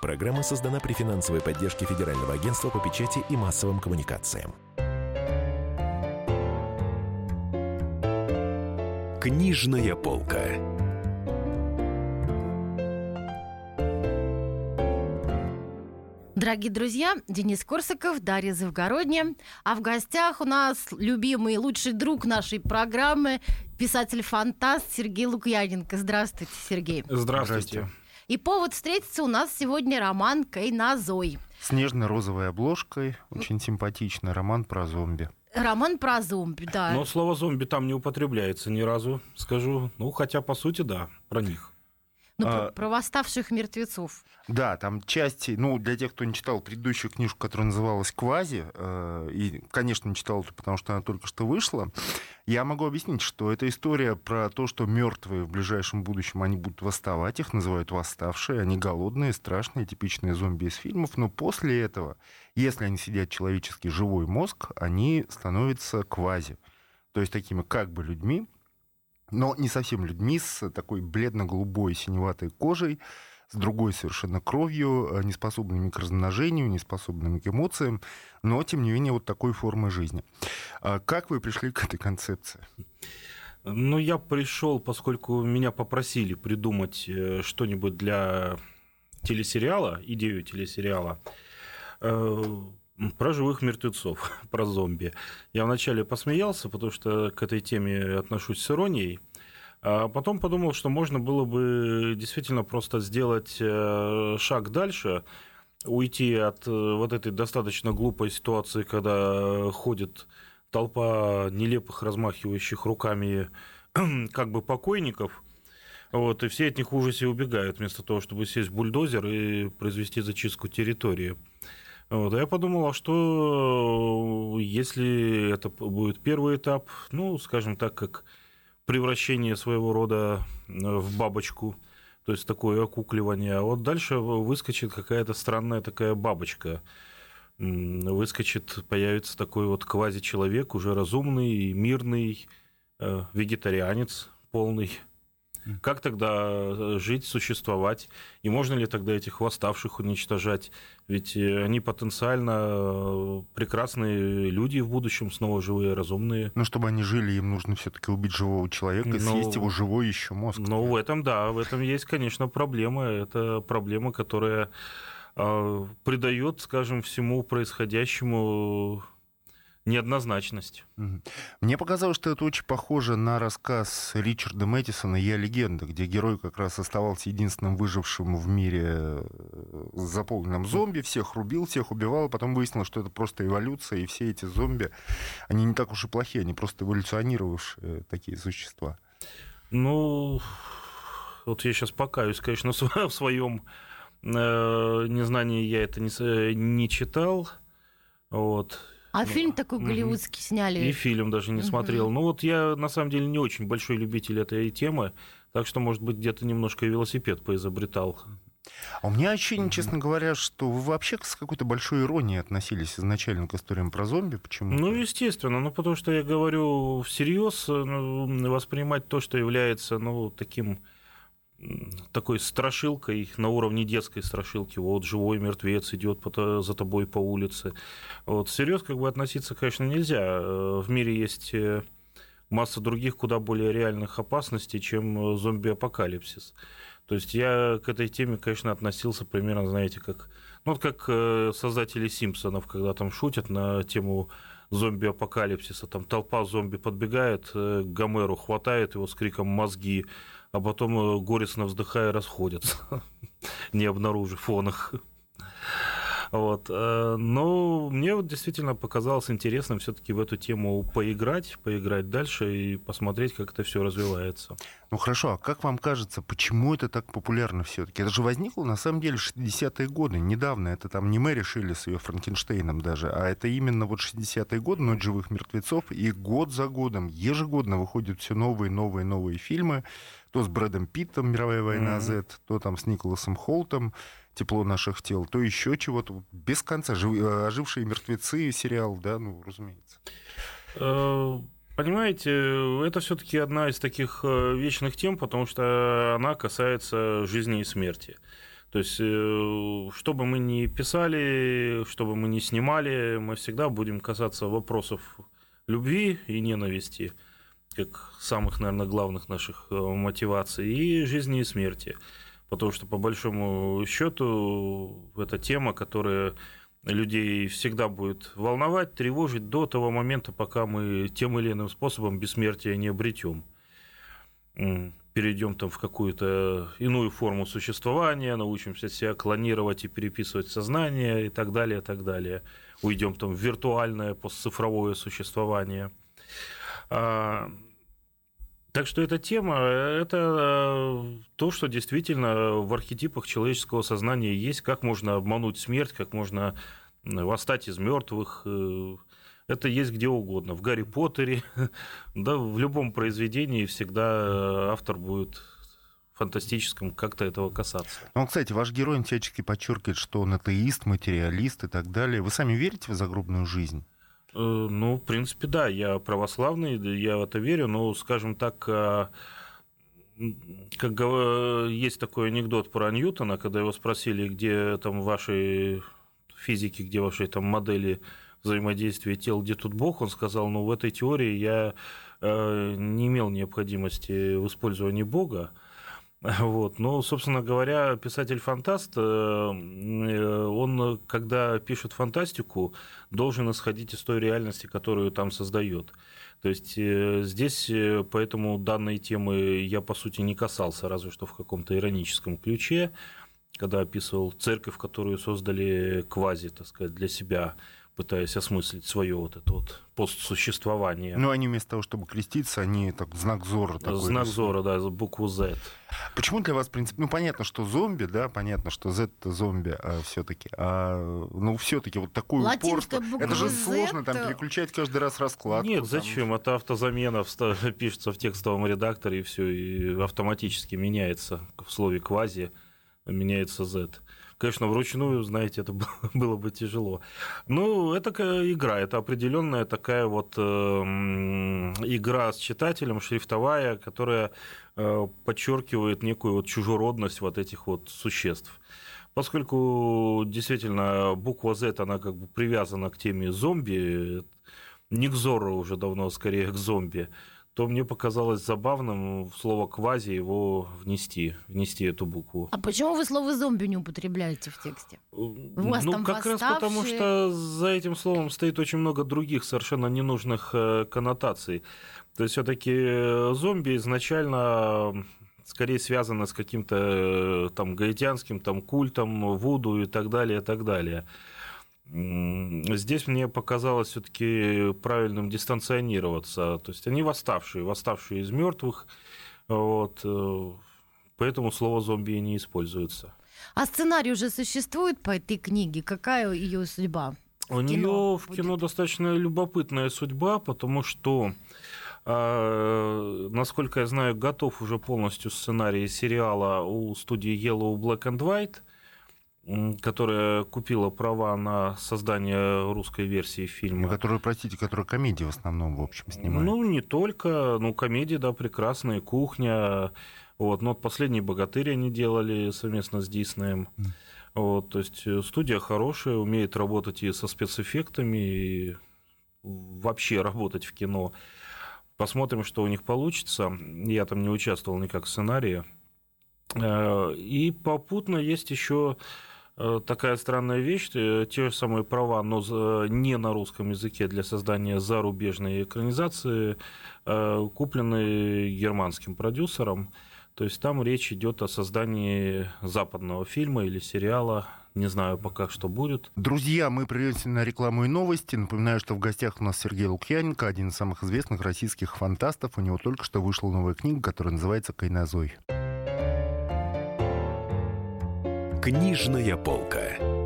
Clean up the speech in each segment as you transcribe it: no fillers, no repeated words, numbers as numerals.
Программа создана при финансовой поддержке Федерального агентства по печати и массовым коммуникациям. Книжная полка. Дорогие друзья, Денис Корсаков, Дарья Завгородняя. А в гостях у нас любимый, лучший друг нашей программы, писатель-фантаст Сергей Лукьяненко. Здравствуйте, Сергей. Здравствуйте. И повод встретиться у нас сегодня роман «Кайнозой». С нежно-розовой обложкой, очень симпатичный роман про зомби. Роман про зомби, да. Но слово «зомби» там не употребляется ни разу, скажу. Хотя, по сути, да, про них. Про восставших мертвецов. Да, там части, для тех, кто не читал предыдущую книжку, которая называлась «Квази», и, конечно, не читал это, потому что она только что вышла, я могу объяснить, что это история про то, что мертвые в ближайшем будущем, они будут восставать, их называют восставшие, они голодные, страшные, типичные зомби из фильмов, но после этого, если они съедят человеческий живой мозг, они становятся квази, то есть такими как бы людьми, но не совсем людьми, с такой бледно-голубой синеватой кожей, с другой совершенно кровью, неспособными к размножению, неспособными к эмоциям, но, тем не менее, вот такой формы жизни. Как вы пришли к этой концепции? Я пришел, поскольку меня попросили придумать что-нибудь для телесериала, идею телесериала, про живых мертвецов, про зомби. Я вначале посмеялся, потому что к этой теме отношусь с иронией, а потом подумал, что можно было бы действительно просто сделать шаг дальше, уйти от вот этой достаточно глупой ситуации, когда ходит толпа нелепых, размахивающих руками как бы покойников, и все от них в ужасе убегают, вместо того, чтобы сесть в бульдозер и произвести зачистку территории. Я подумал, что если это будет первый этап, скажем так, как превращение своего рода в бабочку, то есть такое окукливание, а вот дальше выскочит какая-то странная такая бабочка, появится такой вот квази-человек, уже разумный, мирный, вегетарианец полный. Как тогда жить, существовать? И можно ли тогда этих восставших уничтожать? Ведь они потенциально прекрасные люди в будущем, снова живые, разумные. Чтобы они жили, им нужно все-таки убить живого человека и съесть его живой еще мозг. В этом есть, конечно, проблема. Это проблема, которая придает, скажем, всему происходящему неоднозначность. Мне показалось, что это очень похоже на рассказ Ричарда Мэттисона «Я легенда», где герой как раз оставался единственным выжившим в мире заполненным зомби, всех рубил, всех убивал, а потом выяснилось, что это просто эволюция, и все эти зомби, они не так уж и плохие, они просто эволюционировавшие такие существа. Я сейчас покаюсь, конечно, в своем незнании, я это не читал, А фильм такой голливудский сняли. И фильм даже не смотрел. Я, на самом деле, не очень большой любитель этой темы, так что, может быть, где-то немножко велосипед поизобретал. А у меня ощущение, честно говоря, что вы вообще с какой-то большой иронией относились изначально к историям про зомби. Почему? Естественно. Потому что я говорю всерьез, воспринимать то, что является, такой страшилкой на уровне детской страшилки. Живой мертвец идет за тобой по улице. Всерьез относиться, конечно, нельзя. В мире есть масса других куда более реальных опасностей, чем зомби-апокалипсис. То есть я к этой теме, конечно, относился примерно, знаете, как создатели «Симпсонов», когда там шутят на тему зомби-апокалипсиса, там толпа зомби подбегает к Гомеру, хватает его с криком «мозги», а потом горестно вздыхая расходятся, не обнаружив их. Но мне действительно показалось интересным все-таки в эту тему поиграть дальше и посмотреть, как это все развивается. Хорошо, а как вам кажется, почему это так популярно все-таки? Это же возникло на самом деле в 60-е годы, недавно. Это там не мы решили с ее Франкенштейном даже, а это именно 60-е годы, «Ночь живых мертвецов», и год за годом, ежегодно выходят все новые фильмы, то с Брэдом Питтом «Мировая война Z», то там с Николасом Холтом «Тепло наших тел», то еще чего-то. Без конца. «Ожившие мертвецы» сериал, да, разумеется. Понимаете, это все-таки одна из таких вечных тем, потому что она касается жизни и смерти. То есть, что бы мы ни писали, что бы мы ни снимали, мы всегда будем касаться вопросов любви и ненависти, как самых, наверное, главных наших мотиваций, и жизни и смерти. Потому что, по большому счету, это тема, которая людей всегда будет волновать, тревожить до того момента, пока мы тем или иным способом бессмертия не обретем. Перейдем там в какую-то иную форму существования, научимся себя клонировать и переписывать сознание и так далее, и так далее. Уйдем там в виртуальное постцифровое существование. Так что эта тема, это то, что действительно в архетипах человеческого сознания есть, как можно обмануть смерть, как можно восстать из мертвых. Это есть где угодно. В Гарри Поттере, да, в любом произведении всегда автор будет фантастическим как-то этого касаться. Ну, кстати, ваш герой всячески подчеркивает, что он атеист, материалист и так далее. Вы сами верите в загробную жизнь? Ну, в принципе, да, я православный, я в это верю, но, скажем так, как есть такой анекдот про Ньютона, когда его спросили, где там ваши физики, где ваши там модели взаимодействия тел, где тут Бог, он сказал, ну, в этой теории я не имел необходимости в использовании Бога. Вот. Но, собственно говоря, писатель-фантаст, он, когда пишет фантастику, должен исходить из той реальности, которую там создает. То есть здесь поэтому данной темы я, по сути, не касался, разве что в каком-то ироническом ключе, когда описывал церковь, которую создали квази, так сказать, для себя, пытаясь осмыслить свое вот это вот постсуществование. Ну, они вместо того, чтобы креститься, они так знак Зора такой. Знак Зора, да, букву Z. Почему для вас, в принципе, ну, понятно, что зомби, да, понятно, что Z это зомби все-таки, ну, все-таки вот такое упорство. Это же сложно там переключать каждый раз раскладку. Нет, зачем? Это автозамена пишется в текстовом редакторе, и все, и автоматически меняется в слове квази, меняется Z. Конечно, вручную, знаете, это было бы тяжело. Ну, это игра, это определенная такая вот игра с читателем, шрифтовая, которая подчеркивает некую вот чужеродность вот этих вот существ. Поскольку действительно буква Z, она как бы привязана к теме зомби, не к Зорро уже давно, скорее к зомби, то мне показалось забавным в слово «квази» его внести эту букву. А почему вы слово «зомби» не употребляете в тексте? Ну, как раз потому, что за этим словом стоит очень много других совершенно ненужных коннотаций. То есть все-таки зомби изначально скорее связаны с каким-то там гаитянским там культом, вуду и так далее, и так далее. Здесь мне показалось все-таки правильным дистанционироваться. То есть они восставшие из мертвых, вот, поэтому слово «зомби» не используется. А сценарий уже существует по этой книге? Какая ее судьба? У нее в кино достаточно любопытная судьба, потому что, насколько я знаю, готов уже полностью сценарий сериала у студии Yellow Black and White, которая купила права на создание русской версии фильма. Которая комедии в основном, в общем, снимает. Ну, не только. Ну, комедии, да, прекрасные, «Кухня». Вот. Но вот «Последний богатырь» они делали совместно с Диснеем. Вот. То есть студия хорошая, умеет работать и со спецэффектами, и вообще работать в кино. Посмотрим, что у них получится. Я там не участвовал никак в сценарии. И попутно есть еще такая странная вещь, те же самые права, но не на русском языке для создания зарубежной экранизации, куплены германским продюсером. То есть там речь идет о создании западного фильма или сериала. Не знаю пока, что будет. Друзья, мы прервемся на рекламу и новости. Напоминаю, что в гостях у нас Сергей Лукьяненко, один из самых известных российских фантастов. У него только что вышла новая книга, которая называется «Кайнозой». Книжная полка.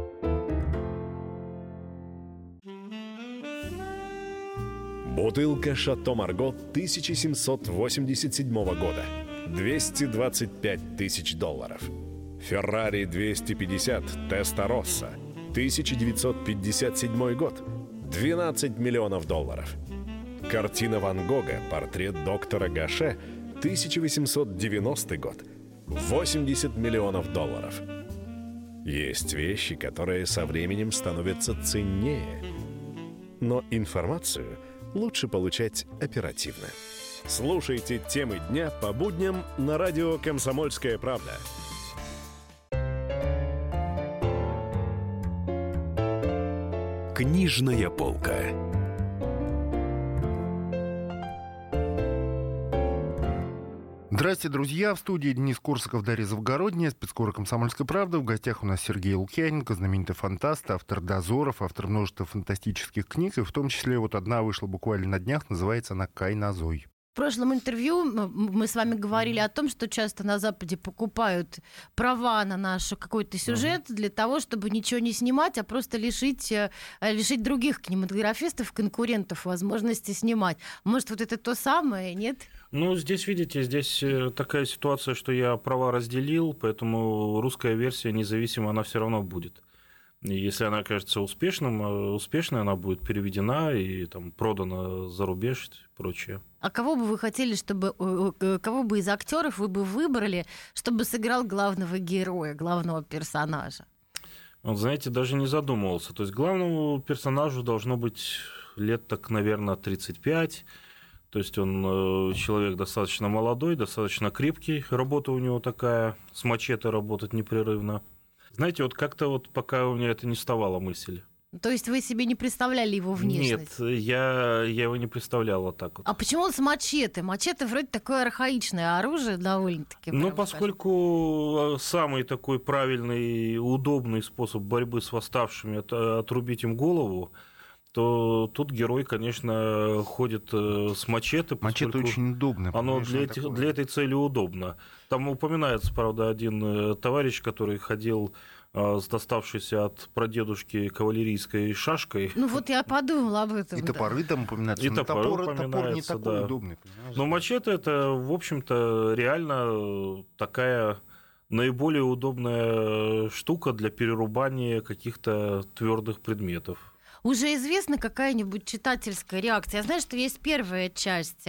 Бутылка «Шато Марго» 1787 года. $225 тысяч. Феррари 250 Теста-Росса. 1957 год. $12 миллионов. Картина Ван Гога «Портрет доктора Гаше». 1890 год. $80 миллионов. Есть вещи, которые со временем становятся ценнее. Но информацию лучше получать оперативно. Слушайте темы дня по будням на радио «Комсомольская правда». Книжная полка. Здравствуйте, друзья. В студии Денис Корсаков, Дарья Завгородняя, спецкор «Комсомольской правды». В гостях у нас Сергей Лукьяненко, знаменитый фантаст, автор «Дозоров», автор множества фантастических книг. И в том числе вот одна вышла буквально на днях, называется она «Кайнозой». В прошлом интервью мы с вами говорили о том, что часто на Западе покупают права на наш какой-то сюжет для того, чтобы ничего не снимать, а просто лишить других кинематографистов, конкурентов возможности снимать. Может, вот это то самое, нет? Ну, здесь, видите, здесь такая ситуация, что я права разделил, поэтому русская версия независимо, она все равно будет. И если она окажется успешной, она будет переведена и там, продана за рубеж и прочее. А кого бы вы хотели, кого бы из актеров вы бы выбрали, чтобы сыграл главного героя, главного персонажа? Вот, знаете, даже не задумывался. То есть главному персонажу должно быть лет, так, наверное, 35. То есть он человек достаточно молодой, достаточно крепкий. Работа у него такая, с мачете работать непрерывно. Знаете, вот как-то вот пока у меня это не вставала мысль. То есть вы себе не представляли его внешность? Нет, я его не представлял вот так вот. А почему с мачете? Мачете вроде такое архаичное оружие довольно-таки. Ну, поскольку самый такой правильный, удобный способ борьбы с восставшими – отрубить им голову, то тут герой, конечно, ходит с мачете. Мачете очень удобно. Оно для этой цели удобно. Там упоминается, правда, один товарищ, который ходил с доставшейся от прадедушки кавалерийской шашкой. Ну вот я подумала об этом. И топоры там упоминаются. И топор не такой удобный. Но мачете – это, в общем-то, реально такая наиболее удобная штука для перерубания каких-то твердых предметов. Уже известна какая-нибудь читательская реакция? Я знаю, что есть первая часть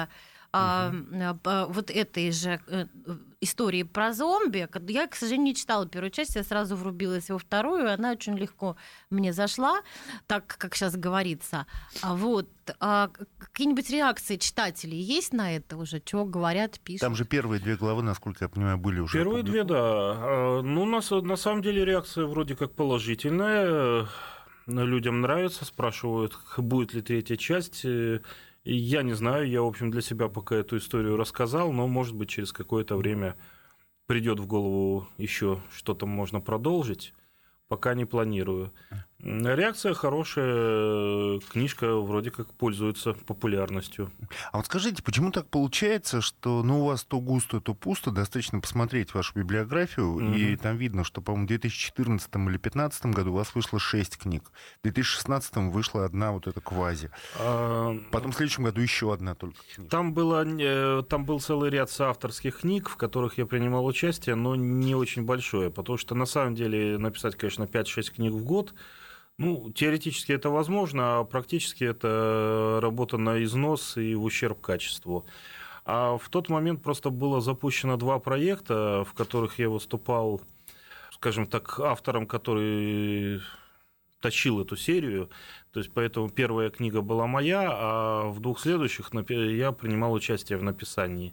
вот этой же истории про зомби. Я, к сожалению, не читала первую часть, я сразу врубилась во вторую, и она очень легко мне зашла, так, как сейчас говорится. Какие-нибудь реакции читателей есть на это уже? Чего говорят, пишут? Там же первые 2 главы, насколько я понимаю, были уже. Первые 2, да. Ну, на самом деле реакция вроде как положительная. Людям нравится, спрашивают, будет ли 3-я часть. Я не знаю, я, в общем, для себя пока эту историю рассказал, но, может быть, через какое-то время придет в голову еще что-то можно продолжить. Пока не планирую. Реакция хорошая, книжка вроде как пользуется популярностью. А вот скажите, почему так получается, что у вас то густо, то пусто, достаточно посмотреть вашу библиографию, и там видно, что, по-моему, в 2014 или 2015 году у вас вышло 6 книг, в 2016 вышла одна вот эта «Квази», потом в следующем году еще одна только книга. Там был целый ряд соавторских книг, в которых я принимал участие, но не очень большое, потому что, на самом деле, написать, конечно, 5-6 книг в год, теоретически это возможно, а практически это работа на износ и в ущерб качеству. А в тот момент просто было запущено 2 проекта, в которых я выступал, скажем так, автором, который тащил эту серию. То есть, поэтому первая книга была моя, а в 2 следующих я принимал участие в написании.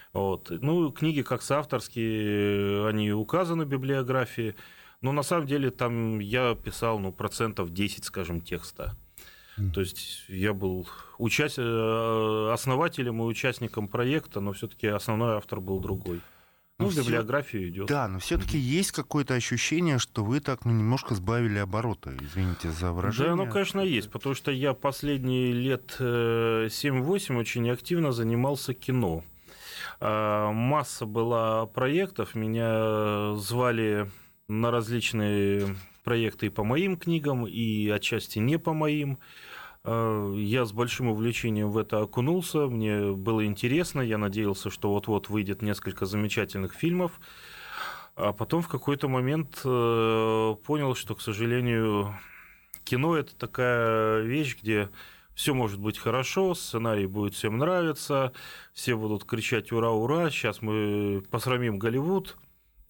Книги как соавторские, они указаны в библиографии. Но на самом деле там я писал 10%, скажем, текста. То есть я был основателем и участником проекта, но все-таки основной автор был другой. В библиографию идет. Да, но все-таки есть какое-то ощущение, что вы так немножко сбавили обороты. Извините за выражение. Да, конечно, есть, потому что я последние лет 7-8 очень активно занимался кино. Масса была проектов, меня звали на различные проекты и по моим книгам, и отчасти не по моим. Я с большим увлечением в это окунулся, мне было интересно, я надеялся, что вот-вот выйдет несколько замечательных фильмов, а потом в какой-то момент понял, что, к сожалению, кино – это такая вещь, где все может быть хорошо, сценарий будет всем нравиться, все будут кричать «Ура, ура!», сейчас мы посрамим Голливуд.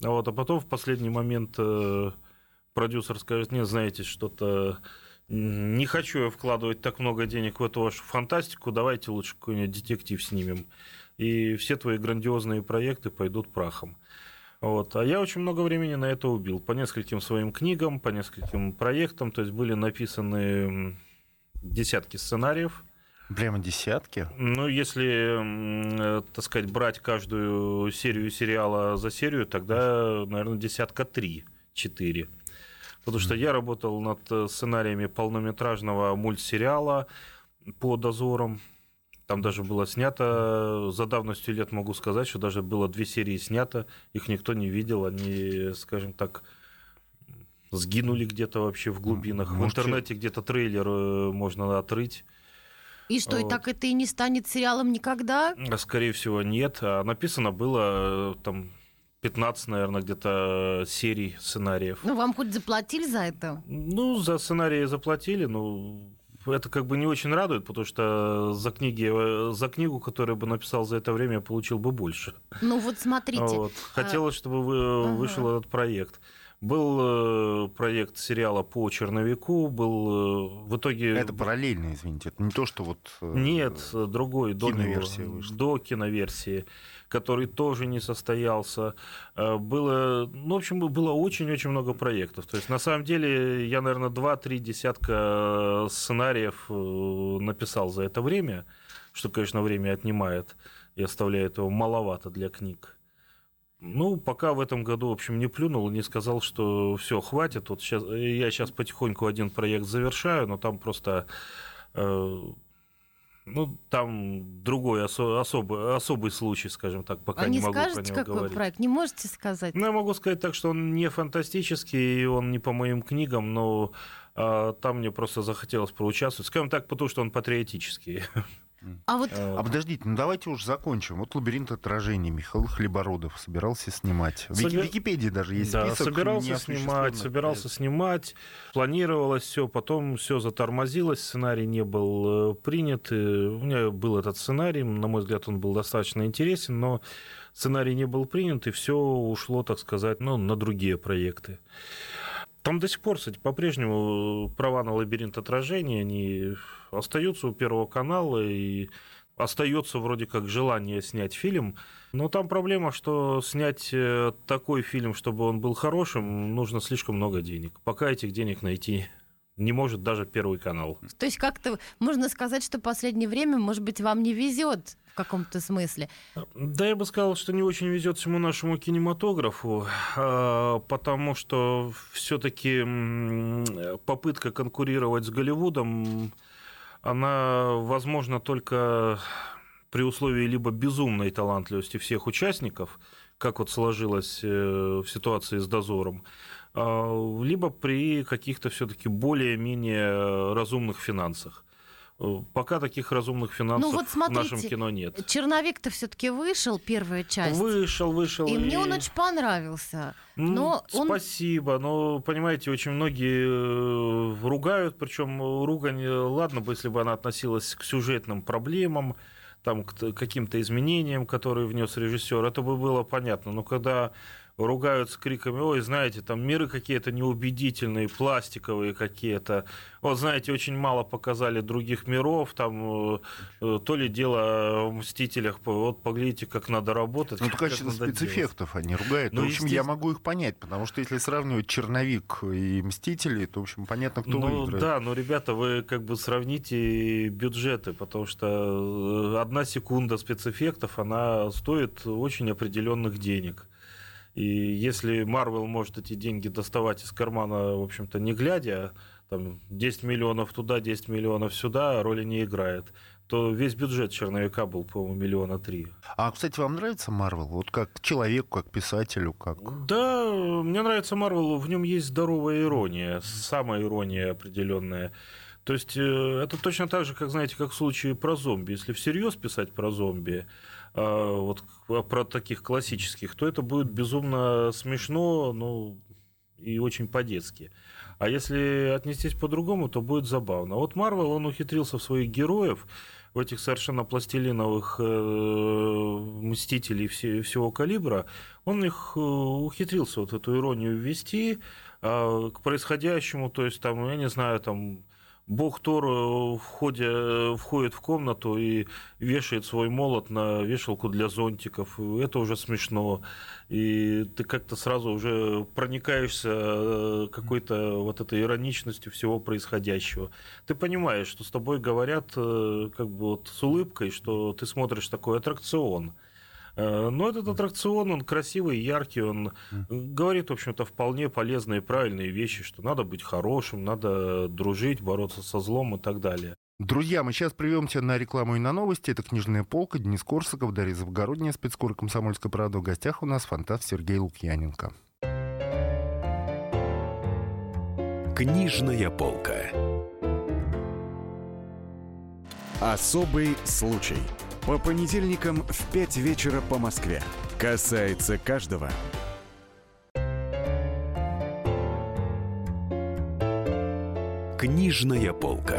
Вот, а потом в последний момент продюсер скажет: нет, знаете, что-то не хочу я вкладывать так много денег в эту вашу фантастику, давайте лучше какой-нибудь детектив снимем. И все твои грандиозные проекты пойдут прахом. Вот. А я очень много времени на это убил. По нескольким своим книгам, по нескольким проектам. То есть были написаны десятки сценариев. Прямо десятки? Ну, если, так сказать, брать каждую серию сериала за серию, тогда, наверное, десятка 3-4. Потому что я работал над сценариями полнометражного мультсериала по «Дозорам». Там даже было снято, за давностью лет могу сказать, что даже было 2 серии снято, их никто не видел, они, скажем так, сгинули где-то вообще в глубинах. В интернете где-то трейлер можно отрыть. И что, и так это и не станет сериалом никогда? Скорее всего, нет. А написано было там 15, наверное, где-то серий сценариев. Ну, вам хоть заплатили за это? Ну, за сценарии заплатили, но это как бы не очень радует, потому что за книгу, которую бы написал за это время, я получил бы больше. Ну, вот смотрите. Вот. Хотелось, чтобы вышел этот проект. Был проект сериала по «Черновику», был в итоге... Это параллельно, извините, это не то, что вот... Нет, другой, до киноверсия вышла. До киноверсии, который тоже не состоялся. Было, ну, в общем, было очень-очень много проектов. То есть, на самом деле, я, наверное, 2-3 десятка сценариев написал за это время, что, конечно, время отнимает и оставляет его маловато для книг. Ну, пока в этом году, в общем, не плюнул и не сказал, что все, хватит. Вот я сейчас потихоньку один проект завершаю, но там просто... Ну, там другой особый случай, скажем так, пока не могу про него скажете, какой говорить. проект? Не можете сказать? Ну, я могу сказать так, что он не фантастический, и он не по моим книгам, но там мне просто захотелось поучаствовать. Скажем так, потому что он патриотический. А вот... А подождите, ну давайте уж закончим. Вот «Лабиринт отражений» Михаил Хлебородов собирался снимать. В Википедии даже есть список. Да, собирался снимать, планировалось все, потом все затормозилось, сценарий не был принят. У меня был этот сценарий, на мой взгляд, он был достаточно интересен, но сценарий не был принят, и все ушло, так сказать, на другие проекты. Там до сих пор, кстати, по-прежнему права на «Лабиринт отражений», они остаются у Первого канала, и остается вроде как желание снять фильм. Но там проблема, что снять такой фильм, чтобы он был хорошим, нужно слишком много денег. Пока этих денег найти не может даже Первый канал. То есть как-то можно сказать, что в последнее время, может быть, вам не везет в каком-то смысле? Да, я бы сказал, что не очень везет всему нашему кинематографу, потому что все-таки попытка конкурировать с Голливудом, она возможна только при условии либо безумной талантливости всех участников, как вот сложилось в ситуации с «Дозором», либо при каких-то все-таки более-менее разумных финансах. Пока таких разумных финансов вот смотрите, в нашем кино нет. «Черновик»-то все-таки вышел, первая часть. Вышел. И мне он очень понравился. Но спасибо. Но, понимаете, очень многие ругают, причем ругань, ладно бы, если бы она относилась к сюжетным проблемам, там, к каким-то изменениям, которые внес режиссер, это бы было понятно. Но когда ругаются криками: ой, знаете, там миры какие-то неубедительные, пластиковые какие-то. Вот, знаете, очень мало показали других миров, там то ли дело в «Мстителях», вот поглядите, как надо работать. Ну, качество спецэффектов они ругают. В общем, я могу их понять, потому что если сравнивать «Черновик» и «Мстители», то, в общем, понятно, кто выиграет. Да, но, ребята, вы как бы сравните бюджеты, потому что 1 секунда спецэффектов, она стоит очень определенных денег. И если Marvel может эти деньги доставать из кармана, в общем-то, не глядя, там 10 миллионов туда, 10 миллионов сюда, роли не играет, то весь бюджет «Черновика» был, по-моему, 3 миллиона. А, кстати, вам нравится Marvel? Вот как человеку, как писателю, как... Да, мне нравится Marvel, в нем есть здоровая ирония, самая ирония определенная. То есть это точно так же, как, знаете, как в случае про зомби. Если всерьез писать про зомби, вот про таких классических, то это будет безумно смешно, и очень по-детски. А если отнестись по-другому, то будет забавно. Вот Марвел, он ухитрился в своих героев в этих совершенно пластилиновых «Мстителей» всего калибра, он их ухитрился вот эту иронию ввести к происходящему, то есть там, я не знаю, там бог Тор входит в комнату и вешает свой молот на вешалку для зонтиков. Это уже смешно. И ты как-то сразу уже проникаешься какой-то вот этой ироничностью всего происходящего. Ты понимаешь, что с тобой говорят как бы вот с улыбкой, что ты смотришь такой аттракцион. Но этот аттракцион, он красивый, яркий, он говорит, в общем-то, вполне полезные и правильные вещи, что надо быть хорошим, надо дружить, бороться со злом и так далее. Друзья, мы сейчас прервемся на рекламу и на новости. Это «Книжная полка», Денис Корсаков, Дарья Завгородняя, спецкор «Комсомольской правды». В гостях у нас фантаст Сергей Лукьяненко. «Книжная полка». Особый случай. По понедельникам в 5 вечера по Москве. Касается каждого. «Книжная полка».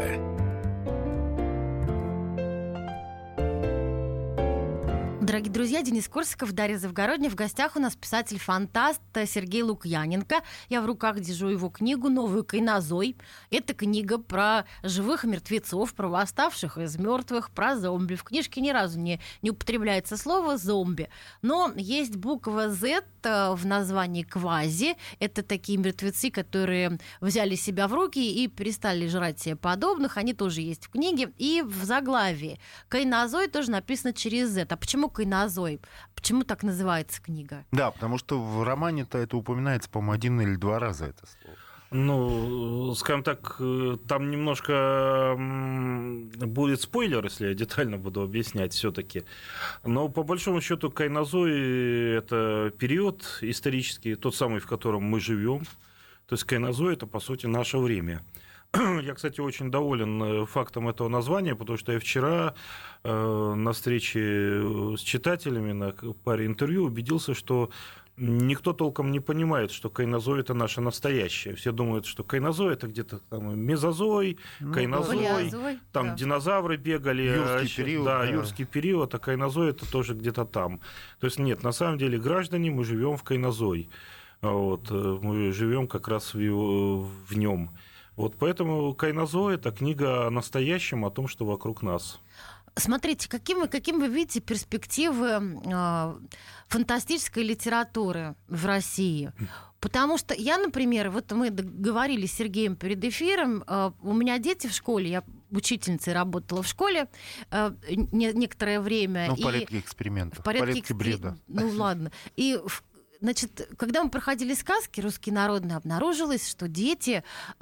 Дорогие друзья, Денис Корсаков, Дарья Завгородняя. В гостях у нас писатель-фантаст Сергей Лукьяненко. Я в руках держу его книгу «Новую Кайнозой». Это книга про живых мертвецов, про восставших из мертвых, про зомби. В книжке ни разу не употребляется слово «зомби». Но есть буква «Z» в названии «квази». Это такие мертвецы, которые взяли себя в руки и перестали жрать себе подобных. Они тоже есть в книге. И в заглавии «Кайнозой» тоже написано через «Z». А почему «Кайнозой»? Почему так называется книга? Да, потому что в романе-то это упоминается, по-моему, 1 или 2 раза это слово. Ну, скажем так, там немножко будет спойлер, если я детально буду объяснять все-таки. Но по большому счету Кайнозой — это период исторический, тот самый, в котором мы живем. То есть Кайнозой — это, по сути, наше время. Я, кстати, очень доволен фактом этого названия, потому что я вчера на встрече с читателями, на паре интервью убедился, что никто толком не понимает, что Кайнозой — это наше настоящее. Все думают, что Кайнозой — это где-то там мезозой, Кайнозой, Палеозой, там да. Динозавры бегали. Юрский период. Да, юрский период, а Кайнозой — это тоже где-то там. То есть нет, на самом деле, граждане, мы живем в Кайнозой. Вот, мы живем как раз в нем. Вот поэтому «Кайнозой» — это книга о настоящем, о том, что вокруг нас. Смотрите, каким вы видите перспективы фантастической литературы в России? Потому что я, например, вот мы говорили с Сергеем перед эфиром, у меня дети в школе, я учительницей работала в школе некоторое время. Ну, в порядке экспериментов, в порядке бреда. Ну, ладно. И значит, когда мы проходили сказки русские народные, обнаружилось, что дети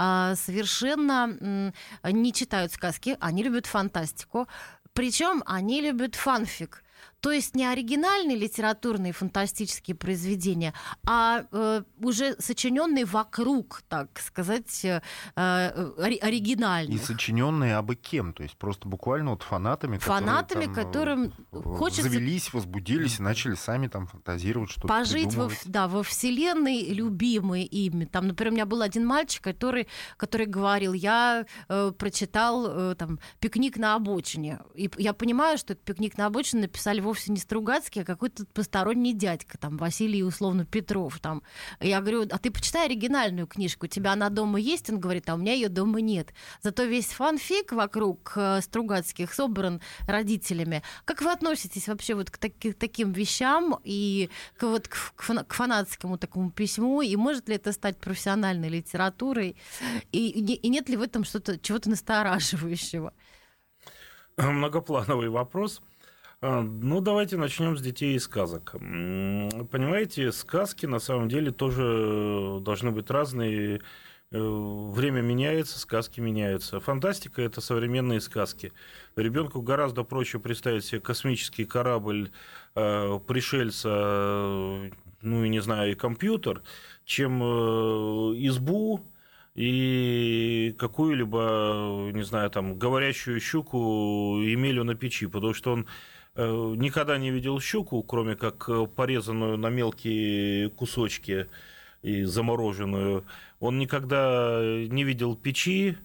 совершенно не читают сказки, они любят фантастику, причем они любят фанфик. То есть не оригинальные литературные фантастические произведения, а уже сочиненные вокруг, так сказать, оригинальных. И сочиненные абы кем, то есть просто буквально вот фанатами, которым хочется завелись, возбудились и начали сами там фантазировать, что-то пожить придумывать. во вселенной, любимой ими. Там, например, у меня был один мальчик, который говорил, я прочитал там «Пикник на обочине». И я понимаю, что этот «Пикник на обочине» написали вовсе не Стругацкий, а какой-то посторонний дядька, там, Василий, условно, Петров. Там. Я говорю, а ты почитай оригинальную книжку, у тебя она дома есть? Он говорит, а у меня ее дома нет. Зато весь фанфик вокруг Стругацких собран родителями. Как вы относитесь вообще вот к таким вещам и к фанатскому такому письму? И может ли это стать профессиональной литературой? И нет ли в этом чего-то настораживающего? Многоплановый вопрос. Ну, давайте начнем с детей и сказок. Понимаете, сказки на самом деле тоже должны быть разные. Время меняется, сказки меняются. Фантастика — это современные сказки. Ребенку гораздо проще представить себе космический корабль, пришельца, ну, и не знаю, и компьютер, чем избу и какую-либо, не знаю, там, говорящую щуку Емелю на печи, потому что он никогда не видел щуку, кроме как порезанную на мелкие кусочки и замороженную. Он никогда не видел печи,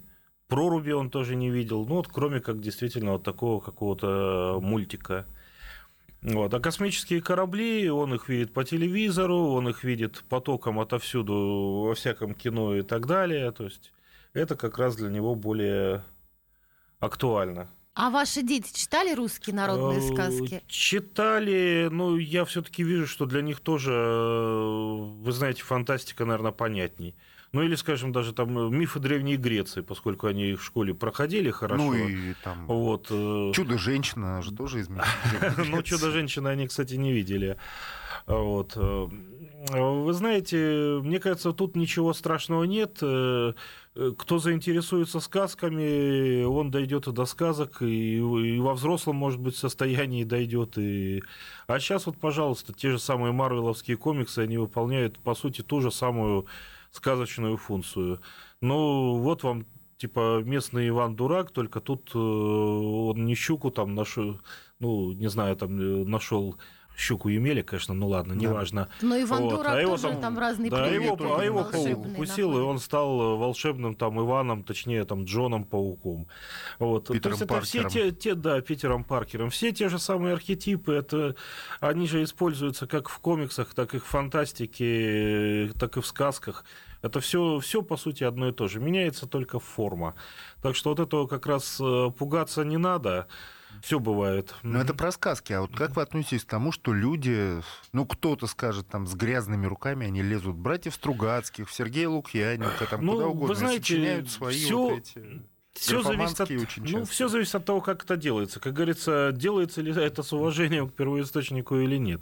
«Проруби» он тоже не видел, ну, вот, кроме как действительно вот такого какого-то мультика. Вот. А космические корабли, он их видит по телевизору, он их видит потоком отовсюду во всяком кино и так далее. То есть это как раз для него более актуально. А ваши дети читали русские народные сказки? Читали, но я все-таки вижу, что для них тоже, вы знаете, фантастика, наверное, понятней. Ну, или, скажем, даже там мифы Древней Греции, поскольку они их в школе проходили хорошо. Ну, и там вот. «Чудо-женщина» же тоже из мифов. Ну, «Чудо-женщина» они, кстати, не видели. Вот. Вы знаете, мне кажется, тут ничего страшного нет. Кто заинтересуется сказками, он дойдет и до сказок, и во взрослом, может быть, состоянии дойдет. А сейчас вот, пожалуйста, те же самые марвеловские комиксы, они выполняют, по сути, ту же самую сказочную функцию. Ну, вот вам, типа, местный Иван Дурак, только тут он не щуку там нашел, ну, не знаю, там нашел щуку Емеля, конечно, ну ладно, неважно. Но Иван вот. Дурак его тоже там разные да, предметы его паук волшебные укусил, и он стал волшебным там Иваном, точнее, там Джоном Пауком. Вот. Питером То есть это Паркером. все да, Питером Паркером. Все те же самые архетипы, это, они же используются как в комиксах, так и в фантастике, так и в сказках. Это все, по сути, одно и то же. Меняется только форма. Так что вот этого как раз пугаться не надо. Все бывает. Но это про сказки. А вот как вы относитесь к тому, что люди, ну, кто-то скажет, там, с грязными руками, они лезут в братьев Стругацких, в Сергея Лукьяненко, там, ну, куда угодно, вы знаете, сочиняют свои всё... вот эти... Все зависит, все зависит от того, как это делается. Как говорится, делается ли это с уважением к первоисточнику или нет.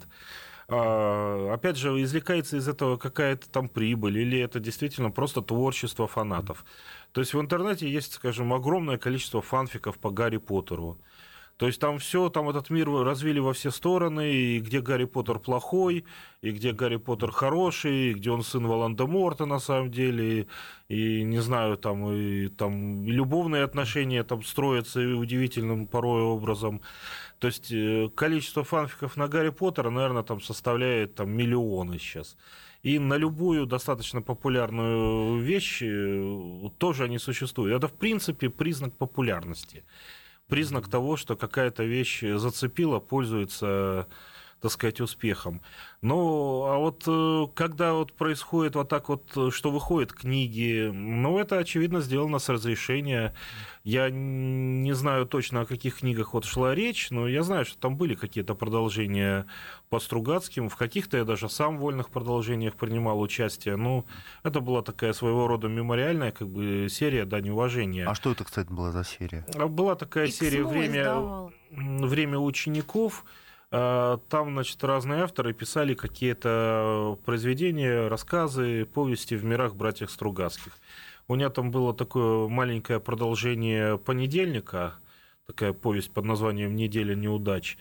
Опять же, извлекается из этого какая-то там прибыль, или это действительно просто творчество фанатов. То есть в интернете есть, скажем, огромное количество фанфиков по Гарри Поттеру. То есть там все, там этот мир развили во все стороны, и где Гарри Поттер плохой, и где Гарри Поттер хороший, и где он сын Волан-де-Морта на самом деле, и не знаю, там и любовные отношения там строятся удивительным порой образом. То есть количество фанфиков на Гарри Поттера, наверное, там составляет там, миллионы сейчас. И на любую достаточно популярную вещь тоже они существуют. Это, в принципе, признак популярности. Признак того, что какая-то вещь зацепила, пользуется, так сказать, успехом. Ну, а вот когда вот происходит вот так вот, что выходят книги, ну, это, очевидно, сделано с разрешения. Я не знаю точно, о каких книгах вот шла речь, но я знаю, что там были какие-то продолжения по Стругацким. В каких-то я даже сам в вольных продолжениях принимал участие. Ну, это была такая своего рода мемориальная как бы серия дань уважения. А что это, кстати, была за серия? Была такая серия «Время учеников». Там, значит, разные авторы писали какие-то произведения, рассказы, повести в мирах братьев Стругацких. У меня там было такое маленькое продолжение «Понедельника», такая повесть под названием «Неделя неудач».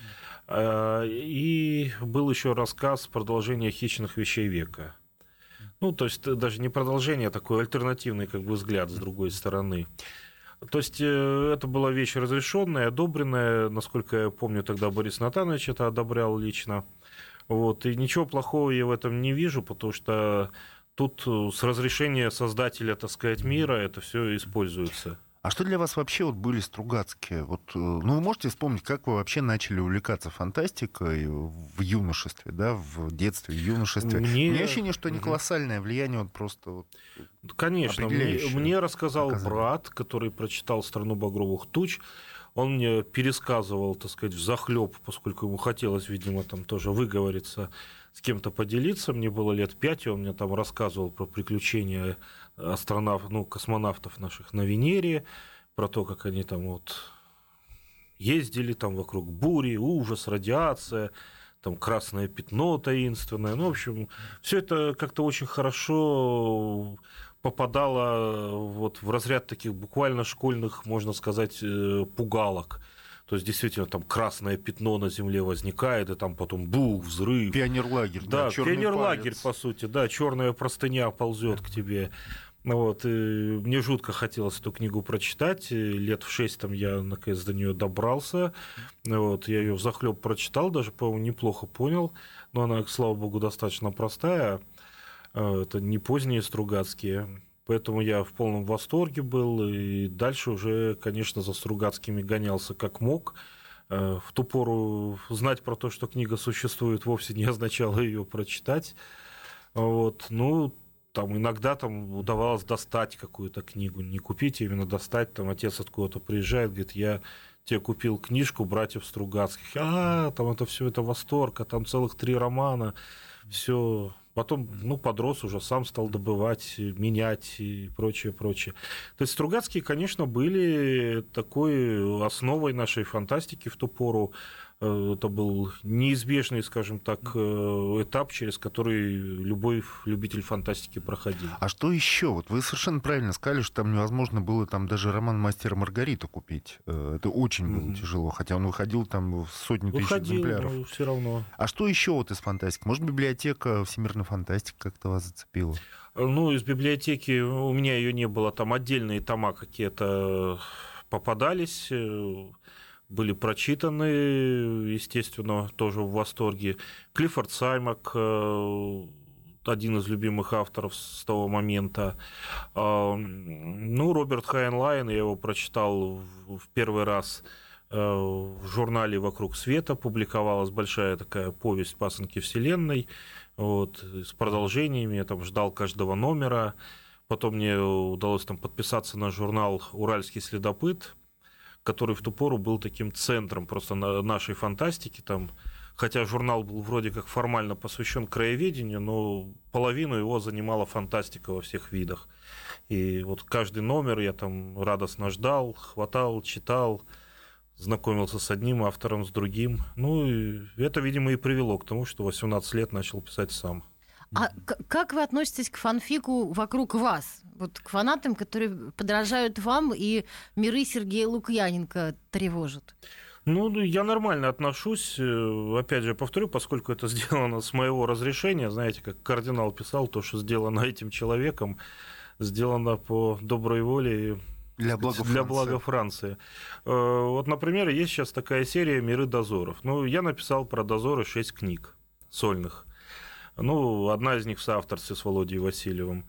И был еще рассказ «Продолжение хищных вещей века». Ну, то есть даже не продолжение, а такой альтернативный как бы взгляд с другой стороны. То есть это была вещь разрешенная, одобренная, насколько я помню, тогда Борис Натанович это одобрял лично. Вот. И ничего плохого я в этом не вижу, потому что тут с разрешения создателя, так сказать, мира это все используется. А что для вас вообще вот были Стругацкие? Вот, ну, вы можете вспомнить, как вы вообще начали увлекаться фантастикой в юношестве, да, в детстве, в юношестве? Мне ощущение, что не колоссальное влияние, вот просто вот. Конечно, мне рассказал брат, который прочитал «Страну багровых туч». Он мне пересказывал, так сказать, взахлеб, поскольку ему хотелось, видимо, там тоже выговориться, с кем-то поделиться. Мне было лет 5, и он мне там рассказывал про приключения космонавтов наших на Венере, про то, как они там вот ездили там вокруг бури, ужас, радиация, там красное пятно таинственное. Ну, в общем, все это как-то очень хорошо попадало вот в разряд таких буквально школьных, можно сказать, пугалок. То есть, действительно, там красное пятно на земле возникает, и там потом бух, взрыв. Пионерлагерь, да, пионерлагерь, по сути, да, черная простыня ползет к тебе. Вот, и мне жутко хотелось эту книгу прочитать. Лет в 6 там я наконец до нее добрался. Вот, я ее взахлеб прочитал, даже, по-моему, неплохо понял. Но она, слава богу, достаточно простая. Это не поздние Стругацкие. Поэтому я в полном восторге был, и дальше уже, конечно, за Стругацкими гонялся как мог. В ту пору знать про то, что книга существует, вовсе не означало ее прочитать. Вот. Ну, там иногда там удавалось достать какую-то книгу, не купить, а именно достать. Там отец откуда-то приезжает, говорит, я тебе купил книжку братьев Стругацких. Там это все это восторг, а там целых 3 романа. Все. Потом, подрос уже, сам стал добывать, менять и прочее. То есть Стругацкие, конечно, были такой основой нашей фантастики в ту пору. Это был неизбежный, скажем так, этап, через который любой любитель фантастики проходил. А что еще? Вот вы совершенно правильно сказали, что там невозможно было там даже роман «Мастер и Маргарита» купить. Это очень было тяжело, хотя он выходил там в сотни тысяч экземпляров. Но все равно. А что еще вот из фантастики? Может, библиотека всемирной фантастики как-то вас зацепила? Из библиотеки у меня ее не было. Там отдельные тома какие-то попадались, были прочитаны, естественно, тоже в восторге. Клиффорд Саймак, один из любимых авторов с того момента. Роберт Хайнлайн, я его прочитал в первый раз в журнале «Вокруг света», публиковалась большая такая повесть «Пасынки вселенной», с продолжениями, я там ждал каждого номера. Потом мне удалось там подписаться на журнал «Уральский следопыт», который в ту пору был таким центром просто нашей фантастики. Там, хотя журнал был вроде как формально посвящен краеведению, но половину его занимала фантастика во всех видах. И вот каждый номер я там радостно ждал, хватал, читал, знакомился с одним автором, с другим. И это, видимо, и привело к тому, что 18 лет начал писать сам. А как вы относитесь к фанфику вокруг вас? Вот к фанатам, которые подражают вам, и миры Сергея Лукьяненко тревожат? Я нормально отношусь. Опять же, повторю, поскольку это сделано с моего разрешения, знаете, как кардинал писал, то, что сделано этим человеком, сделано по доброй воле для блага Франции. Вот, например, есть сейчас такая серия «Миры дозоров». Я написал про дозоры 6 книг сольных. Одна из них в соавторстве с Володей Васильевым.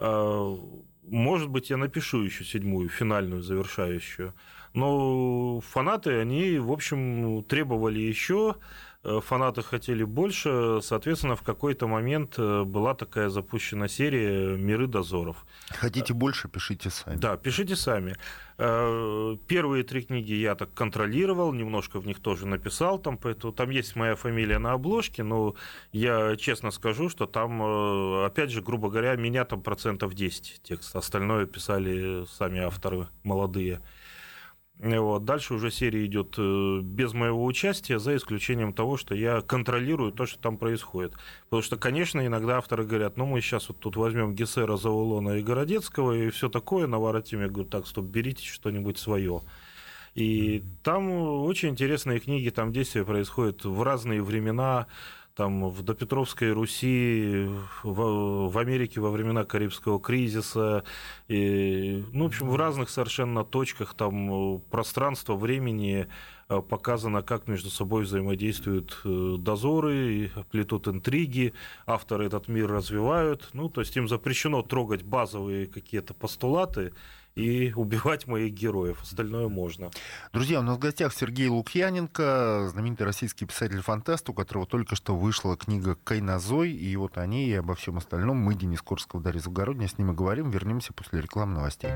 Может быть, я напишу еще 7-ю, финальную, завершающую. Но фанаты, они, в общем, требовали еще, фанаты хотели больше. Соответственно, в какой-то момент была такая запущена серия «Миры дозоров». Хотите больше, пишите сами. Да, пишите сами. Первые 3 книги я так контролировал, немножко в них тоже написал, поэтому там есть моя фамилия на обложке, но я честно скажу, что там, опять же, грубо говоря, меня там 10% текста, остальное писали сами авторы молодые. Дальше уже серия идет без моего участия, за исключением того, что я контролирую то, что там происходит. Потому что, конечно, иногда авторы говорят, мы сейчас вот тут возьмем Гессера, Заулона и Городецкого и все такое наворотим. Я говорю, так, стоп, берите что-нибудь свое. И там очень интересные книги, там действия происходят в разные времена, там в допетровской Руси, в Америке во времена Карибского кризиса, и, в общем, в разных совершенно точках там пространства, времени показано, как между собой взаимодействуют дозоры, плетут интриги, авторы этот мир развивают, то есть им запрещено трогать базовые какие-то постулаты и убивать моих героев. Остальное можно. Друзья, у нас в гостях Сергей Лукьяненко, знаменитый российский писатель-фантаст, у которого только что вышла книга «Кайнозой», и вот о ней и обо всем остальном мы, Денис Корсков, Дарья Завгородняя, с ним и говорим. Вернемся после рекламных новостей.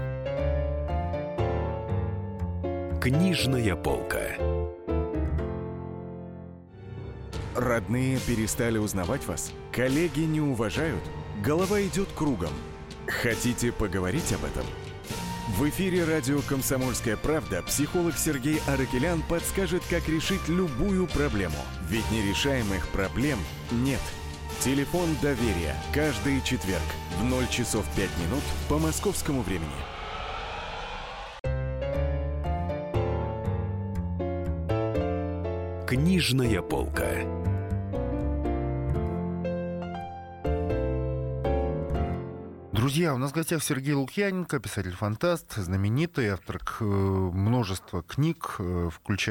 Книжная полка. Родные перестали узнавать вас? Коллеги не уважают? Голова идет кругом. Хотите поговорить об этом? В эфире радио «Комсомольская правда» психолог Сергей Аракелян подскажет, как решить любую проблему. Ведь нерешаемых проблем нет. Телефон доверия. Каждый четверг в 0 часов 5 минут по московскому времени. Книжная полка. Друзья, у нас в гостях Сергей Лукьяненко, писатель-фантаст, знаменитый, автор множества книг, включая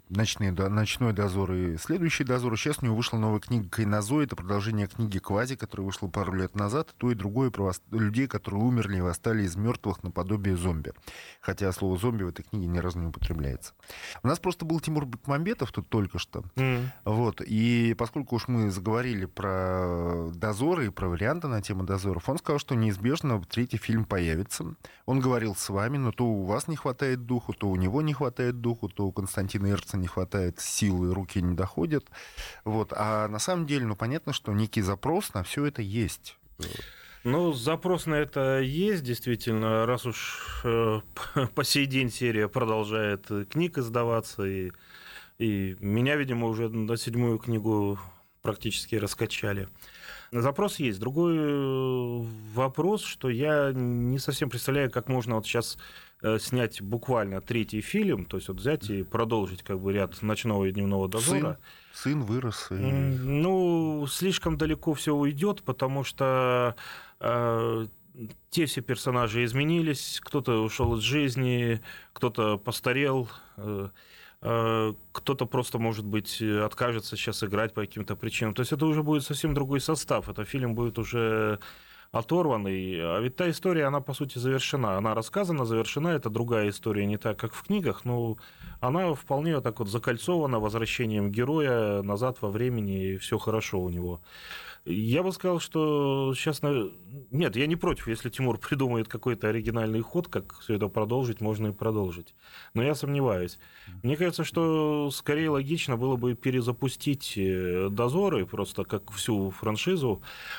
«Ночной дозор» и «Следующий дозор». Сейчас у него вышла новая книга «Кайнозой». Это продолжение книги «Квази», которая вышла пару лет назад. То и другое про людей, которые умерли и восстали из мертвых наподобие зомби. Хотя слово «зомби» в этой книге ни разу не употребляется. У нас просто был Тимур Бекмамбетов тут только что. Вот. И поскольку уж мы заговорили про дозоры и про варианты на тему дозоров, он сказал, что неизбежно третий фильм появится. Он говорил с вами, но то у вас не хватает духу, то у него не хватает духу, то у Константина Эрца не хватает силы, руки не доходят. Вот. А на самом деле, понятно, что некий запрос на все это есть. Ну, запрос на это есть, действительно, раз уж по сей день серия продолжает книг издаваться, и меня, видимо, уже на 7-ю книгу практически раскачали. Запрос есть. Другой вопрос, что я не совсем представляю, как можно вот сейчас снять буквально третий фильм, то есть вот взять и продолжить как бы ряд «Ночного и дневного дозора». Сын вырос. Ну, слишком далеко все уйдет, потому что те все персонажи изменились, кто-то ушел из жизни, кто-то постарел, кто-то просто, может быть, откажется сейчас играть по каким-то причинам. То есть это уже будет совсем другой состав, это фильм будет уже оторванный. А ведь та история, она, по сути, завершена. Она рассказана, завершена, это другая история, не так, как в книгах, но она вполне так вот закольцована возвращением героя назад во времени, и все хорошо у него. Я бы сказал, что сейчас... Нет, я не против, если Тимур придумает какой-то оригинальный ход, как все это продолжить, можно и продолжить. Но я сомневаюсь. Мне кажется, что скорее логично было бы перезапустить «Дозоры», просто как всю франшизу,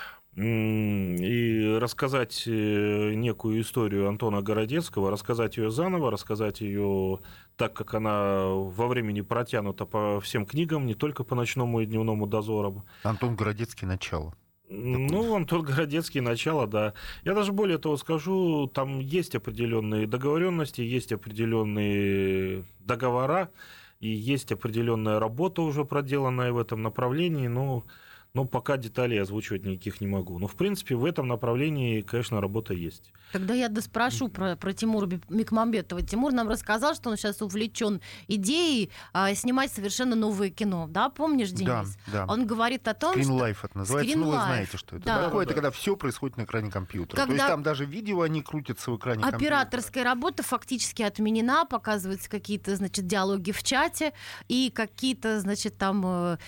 и рассказать некую историю Антона Городецкого, рассказать ее заново, рассказать ее так, как она во времени протянута по всем книгам, не только по «Ночному и дневному дозорам». Антон Городецкий «Начало». Ну, Антон Городецкий «Начало», да. Я даже более того скажу, там есть определенные договоренности, есть определенные договора, и есть определенная работа уже проделанная в этом направлении, но пока деталей озвучивать никаких не могу. Но, в принципе, в этом направлении, конечно, работа есть. Тогда я доспрошу про Тимура Бекмамбетова. Тимур нам рассказал, что он сейчас увлечен идеей снимать совершенно новое кино. Да, помнишь, Денис? Да. Он говорит о том, Screen что... Life это называется. Вы знаете, что это такое. Это когда все происходит на экране компьютера. То есть там даже видео, они крутятся в экране компьютера. Операторская работа фактически отменена, показываются какие-то, диалоги в чате и какие-то, там,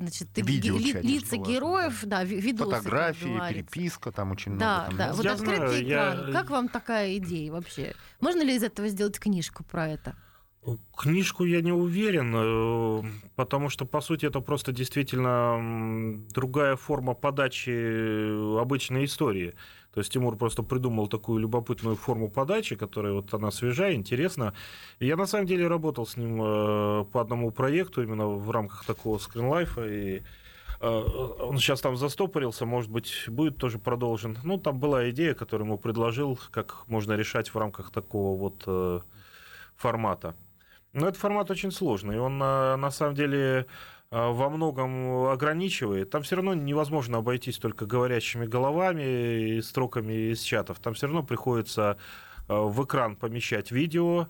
лица героев, да, видосы. Фотографии, переписка, там очень много. Да, вот открытый экран. Как вам такая идея вообще? Можно ли из этого сделать книжку про это? Книжку я не уверен, потому что, по сути, это просто действительно другая форма подачи обычной истории. То есть Тимур просто придумал такую любопытную форму подачи, которая вот она свежая, интересна. И я на самом деле работал с ним по одному проекту именно в рамках такого скринлайфа, и он сейчас там застопорился, может быть, будет тоже продолжен. Ну, там была идея, которую ему предложил, как можно решать в рамках такого вот формата. Но этот формат очень сложный, он на самом деле во многом ограничивает. Там все равно невозможно обойтись только говорящими головами и строками из чатов. Там все равно приходится в экран помещать видео.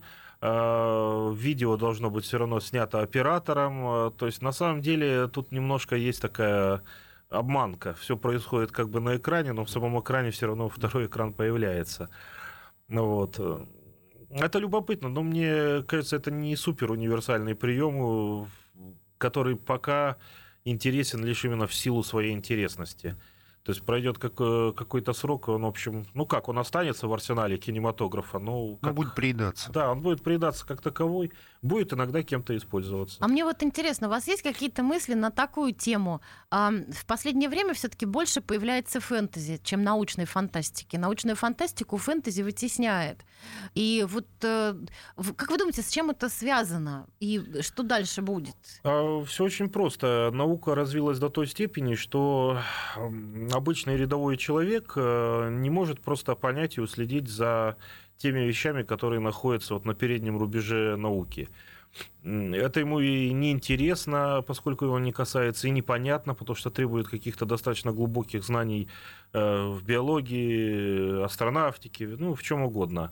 Видео должно быть все равно снято оператором. То есть, на самом деле, тут немножко есть такая обманка. Все происходит как бы на экране, но в самом экране все равно второй экран появляется. Вот. Это любопытно, но мне кажется, это не супер универсальный прием, который пока интересен лишь именно в силу своей интересности. То есть пройдет какой-то срок, он, в общем, он останется в арсенале кинематографа. Он будет приедаться. Да, он будет приедаться как таковой, будет иногда кем-то использоваться. А мне вот интересно, у вас есть какие-то мысли на такую тему? В последнее время все-таки больше появляется фэнтези, чем научной фантастики. Научную фантастику фэнтези вытесняет. И вот как вы думаете, с чем это связано? И что дальше будет? Все очень просто. Наука развилась до той степени, что обычный рядовой человек не может просто понять и уследить за теми вещами, которые находятся вот на переднем рубеже науки. Это ему и не интересно, поскольку его не касается, и непонятно, потому что требует каких-то достаточно глубоких знаний в биологии, астронавтике, в чем угодно.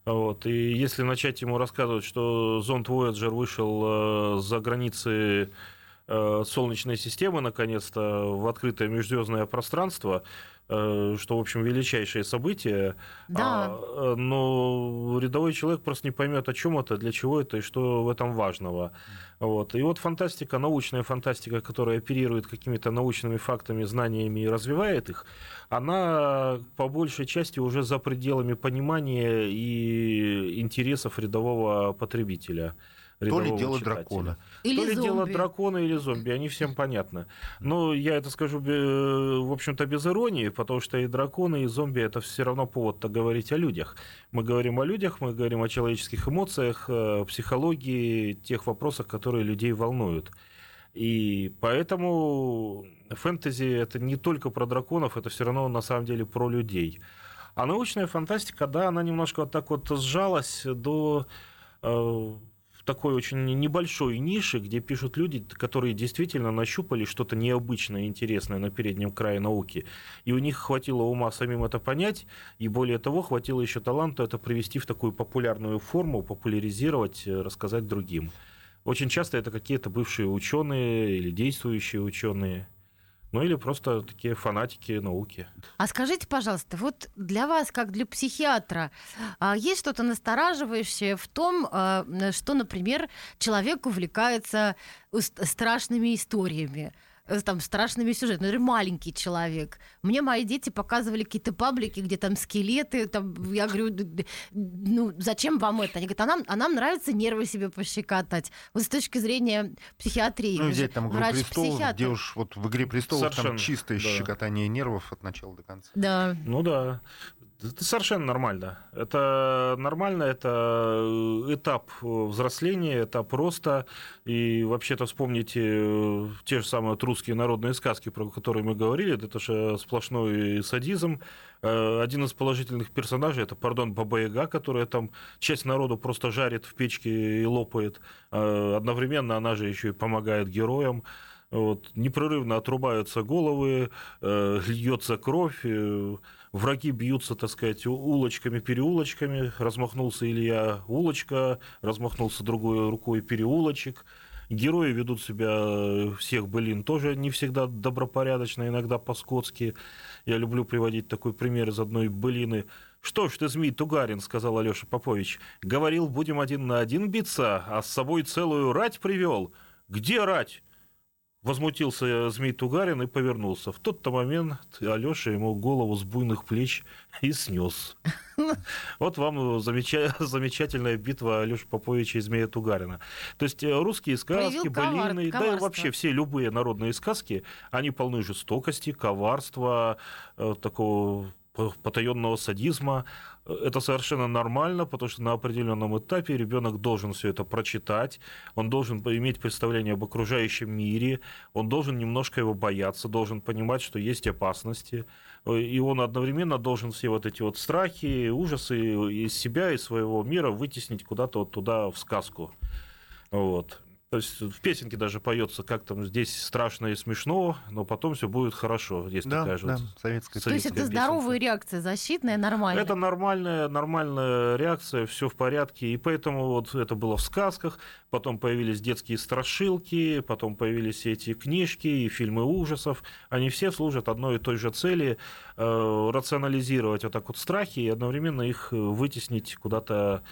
Вот. И если начать ему рассказывать, что зонд Voyager вышел за границы Солнечной системы, наконец-то, в открытое межзвездное пространство, что, в общем, величайшее событие, Да. но рядовой человек просто не поймет, о чем это, для чего это и что в этом важного. Вот. И вот фантастика, научная фантастика, которая оперирует какими-то научными фактами, знаниями и развивает их, она по большей части уже за пределами понимания и интересов рядового потребителя. То ли рядового дело читателя. дракона. Или То ли дело зомби. дракона или зомби, они всем понятны. Но я это скажу, в общем-то, без иронии, потому что и драконы, и зомби — это все равно повод-то говорить о людях. Мы говорим о людях, мы говорим о человеческих эмоциях, психологии, тех вопросах, которые людей волнуют. И поэтому фэнтези — это не только про драконов, это все равно на самом деле про людей. А научная фантастика, да, она немножко вот так вот сжалась до такой очень небольшой ниши, где пишут люди, которые действительно нащупали что-то необычное, интересное на переднем крае науки. И у них хватило ума самим это понять, и более того, хватило еще таланта это привести в такую популярную форму, популяризировать, рассказать другим. Очень часто это какие-то бывшие ученые или действующие ученые. Ну или просто такие фанатики науки. А скажите, пожалуйста, вот для вас, как для психиатра, есть что-то настораживающее в том, что, например, человек увлекается страшными историями, там, страшными сюжетами. Например, маленький человек. Мне мои дети показывали какие-то паблики, где там скелеты. Там, я говорю, ну, зачем вам это? Они говорят, а нам нравится нервы себе пощекотать. Вот с точки зрения психиатрии. Ну, взять там «Игру престолов», врач-психиатр. где уж вот в «Игре престолов» там Совершенно, чистое да. щекотание нервов от начала до конца. Да. Ну да. Это совершенно нормально. Это нормально, это этап взросления, этап роста. И вообще-то вспомните те же самые вот русские народные сказки, про которые мы говорили. Это же сплошной садизм. Один из положительных персонажей — это, Баба-Яга, которая там часть народу просто жарит в печке и лопает. Одновременно она же еще и помогает героям. Вот. Непрерывно отрубаются головы, льется кровь, враги бьются, так сказать, улочками, переулочками. Размахнулся Илья — улочка, размахнулся другой рукой — переулочек. Герои ведут себя всех былин тоже не всегда добропорядочно, иногда по-скотски. Я люблю приводить такой пример из одной былины. «Что ж ты, Змей Тугарин, — сказал Алёша Попович, — говорил, будем один на один биться, а с собой целую рать привел. Где рать?» Возмутился Змей Тугарин и повернулся. В тот-то момент Алёша ему голову с буйных плеч и снес. Вот вам замечательная битва Алёши Поповича и Змея Тугарина. То есть русские сказки, былины, да и вообще все любые народные сказки, они полны жестокости, коварства, такого потаенного садизма. Это совершенно нормально, потому что на определенном этапе ребенок должен все это прочитать, он должен иметь представление об окружающем мире, он должен немножко его бояться, должен понимать, что есть опасности, и он одновременно должен все вот эти вот страхи, ужасы из себя, из своего мира вытеснить куда-то вот туда, в сказку. Вот. То есть в песенке даже поется, как там здесь страшно и смешно, но потом все будет хорошо. Есть такая же советская. То есть это здоровая реакция, защитная, нормальная? Это нормальная реакция, все в порядке. И поэтому вот это было в сказках, потом появились детские страшилки, потом появились эти книжки и фильмы ужасов. Они все служат одной и той же цели — рационализировать вот так вот страхи и одновременно их вытеснить куда-то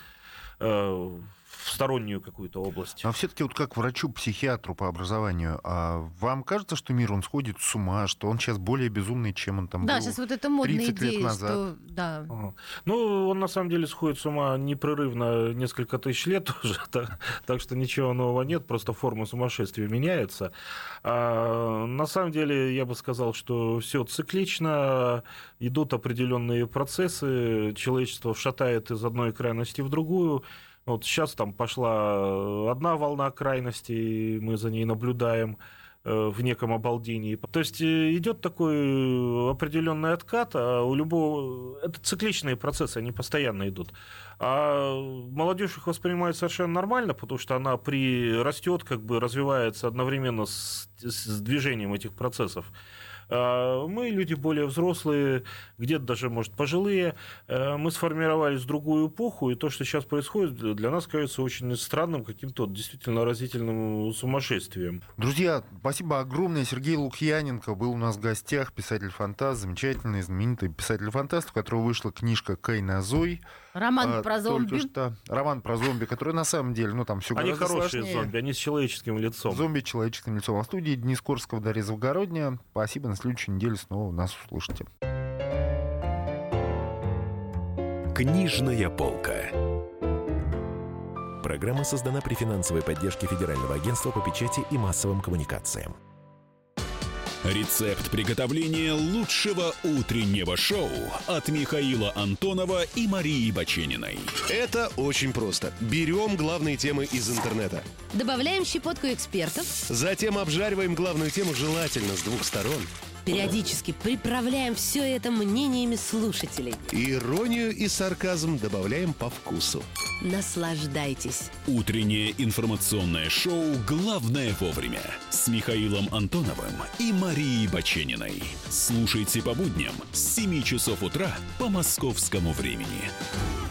в стороннюю какую-то область. А все-таки вот как врачу-психиатру по образованию, вам кажется, что мир, он сходит с ума, что он сейчас более безумный, чем он там был 30 лет назад? Да, сейчас вот это модная идея, что... Да. Ну, он на самом деле сходит с ума непрерывно несколько тысяч лет уже, так что ничего нового нет, просто форма сумасшествия меняется. А на самом деле я бы сказал, что все циклично, идут определенные процессы, человечество шатает из одной крайности в другую. Вот сейчас там пошла одна волна крайностей, мы за ней наблюдаем в неком обалдении. То есть идет такой определенный откат, а у любого... Это цикличные процессы, они постоянно идут. А молодежь их воспринимает совершенно нормально, потому что она растет, как бы развивается одновременно с движением этих процессов. Мы люди более взрослые, где-то даже, может, пожилые. Мы сформировались в другую эпоху, и то, что сейчас происходит, для нас кажется очень странным, каким-то действительно разительным сумасшествием. Друзья, спасибо огромное. Сергей Лукьяненко был у нас в гостях, писатель-фантаст, замечательный, знаменитый писатель-фантаст, у которого вышла книжка «Кайнозой». Роман про зомби. Только что. Роман про зомби, который на самом деле, ну там все Они гораздо хорошие сложнее. зомби, они с человеческим лицом. Зомби с человеческим лицом. А в студии Денис Корсков, Дарья Завгородняя. Спасибо, на следующей неделе снова нас услышите. Книжная полка. Программа создана при финансовой поддержке Федерального агентства по печати и массовым коммуникациям. Рецепт приготовления лучшего утреннего шоу от Михаила Антонова и Марии Бачениной. Это очень просто. Берем главные темы из интернета. Добавляем щепотку экспертов. Затем обжариваем главную тему желательно с двух сторон. Периодически приправляем все это мнениями слушателей. Иронию и сарказм добавляем по вкусу. Наслаждайтесь. Утреннее информационное шоу «Главное вовремя» с Михаилом Антоновым и Марией Бачениной. Слушайте по будням с 7 часов утра по московскому времени.